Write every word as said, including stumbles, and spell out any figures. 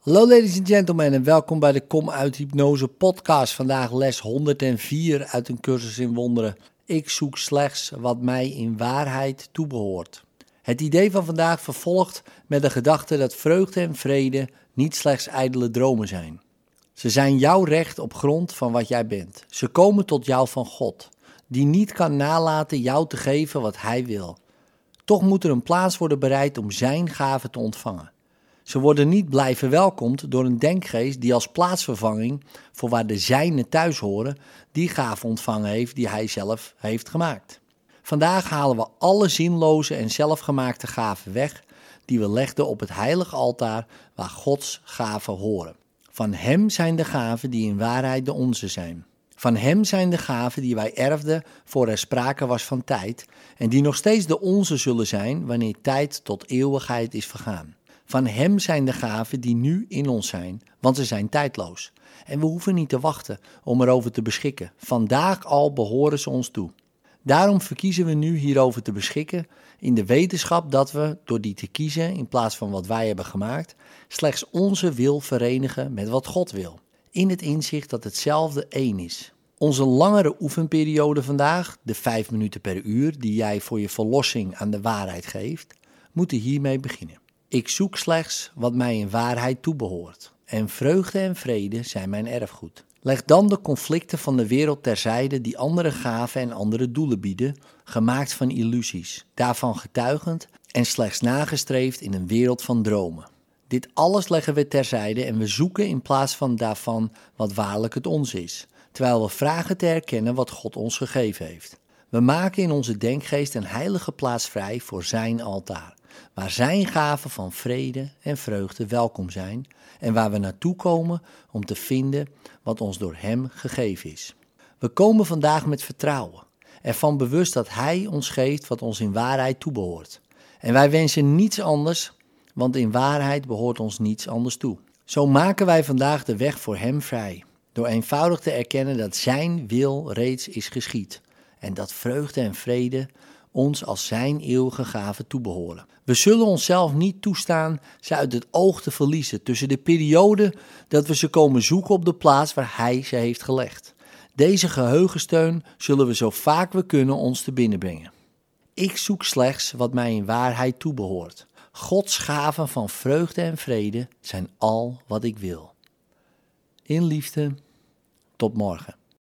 Hallo ladies and gentlemen en welkom bij de Kom uit Hypnose podcast. Vandaag les honderdvier uit een cursus in wonderen. Ik zoek slechts wat mij in waarheid toebehoort. Het idee van vandaag vervolgt met de gedachte dat vreugde en vrede niet slechts ijdele dromen zijn. Ze zijn jouw recht op grond van wat jij bent. Ze komen tot jou van God, die niet kan nalaten jou te geven wat Hij wil. Toch moet er een plaats worden bereid om Zijn gaven te ontvangen. Ze worden niet blij verwelkomd door een denkgeest die als plaatsvervanging voor waar de zijnen thuis horen, die gave ontvangen heeft die hij zelf heeft gemaakt. Vandaag halen we alle zinloze en zelfgemaakte gaven weg die we legden op het heilige altaar waar Gods gaven horen. Van Hem zijn de gaven die in waarheid de onze zijn. Van Hem zijn de gaven die wij erfden voor er sprake was van tijd en die nog steeds de onze zullen zijn wanneer tijd tot eeuwigheid is vergaan. Van Hem zijn de gaven die nu in ons zijn, want ze zijn tijdloos. En we hoeven niet te wachten om erover te beschikken. Vandaag al behoren ze ons toe. Daarom verkiezen we nu hierover te beschikken in de wetenschap dat we, door die te kiezen in plaats van wat wij hebben gemaakt, slechts onze wil verenigen met wat God wil. In het inzicht dat hetzelfde één is. Onze langere oefenperiode vandaag, de vijf minuten per uur die jij voor je verlossing aan de waarheid geeft, moeten hiermee beginnen. Ik zoek slechts wat mij in waarheid toebehoort. En vreugde en vrede zijn mijn erfgoed. Leg dan de conflicten van de wereld terzijde die andere gaven en andere doelen bieden, gemaakt van illusies, daarvan getuigend en slechts nagestreefd in een wereld van dromen. Dit alles leggen we terzijde en we zoeken in plaats van daarvan wat waarlijk het ons is, terwijl we vragen te herkennen wat God ons gegeven heeft. We maken in onze denkgeest een heilige plaats vrij voor Zijn altaar, waar Zijn gaven van vrede en vreugde welkom zijn en waar we naartoe komen om te vinden wat ons door Hem gegeven is. We komen vandaag met vertrouwen, ervan bewust dat Hij ons geeft wat ons in waarheid toebehoort. En wij wensen niets anders, want in waarheid behoort ons niets anders toe. Zo maken wij vandaag de weg voor Hem vrij, door eenvoudig te erkennen dat Zijn wil reeds is geschied en dat vreugde en vrede ons als Zijn eeuwige gaven toebehoren. We zullen onszelf niet toestaan ze uit het oog te verliezen tussen de periode dat we ze komen zoeken op de plaats waar Hij ze heeft gelegd. Deze geheugensteun zullen we zo vaak we kunnen ons te binnen brengen. Ik zoek slechts wat mij in waarheid toebehoort. Gods gaven van vreugde en vrede zijn al wat ik wil. In liefde, tot morgen.